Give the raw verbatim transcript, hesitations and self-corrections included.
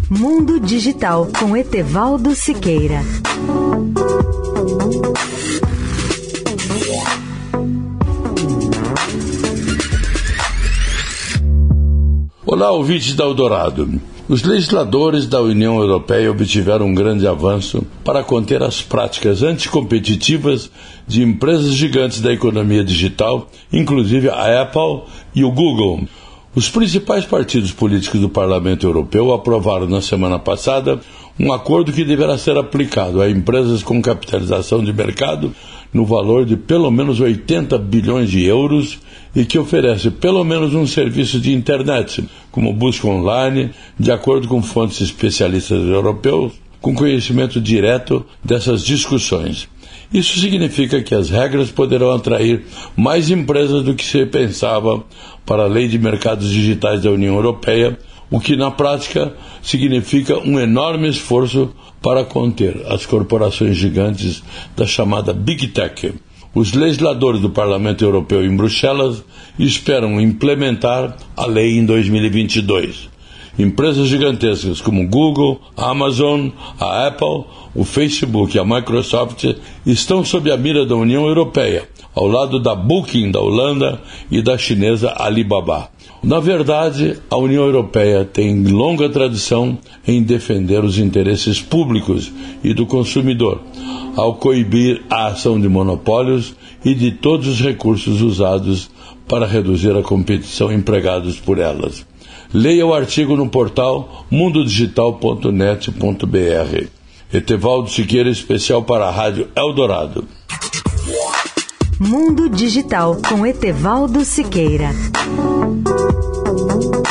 Mundo Digital com Etevaldo Siqueira. Olá, ouvintes da Eldorado. Os legisladores da União Europeia obtiveram um grande avanço para conter as práticas anticompetitivas de empresas gigantes da economia digital, inclusive a Apple e o Google. Os principais partidos políticos do Parlamento Europeu aprovaram na semana passada um acordo que deverá ser aplicado a empresas com capitalização de mercado no valor de pelo menos oitenta bilhões de euros e que oferece pelo menos um serviço de internet, como busca online, de acordo com fontes especialistas europeus, com conhecimento direto dessas discussões. Isso significa que as regras poderão atrair mais empresas do que se pensava para a Lei de Mercados Digitais da União Europeia, o que na prática significa um enorme esforço para conter as corporações gigantes da chamada Big Tech. Os legisladores do Parlamento Europeu em Bruxelas esperam implementar a lei em dois mil e vinte e dois. Empresas gigantescas como Google, a Amazon, a Apple, o Facebook e a Microsoft estão sob a mira da União Europeia, ao lado da Booking da Holanda e da chinesa Alibaba. Na verdade, a União Europeia tem longa tradição em defender os interesses públicos e do consumidor, ao coibir a ação de monopólios e de todos os recursos usados para reduzir a competição empregados por elas. Leia o artigo no portal mundo digital ponto net ponto b r. Etevaldo Siqueira, especial para a Rádio Eldorado. Mundo Digital com Etevaldo Siqueira.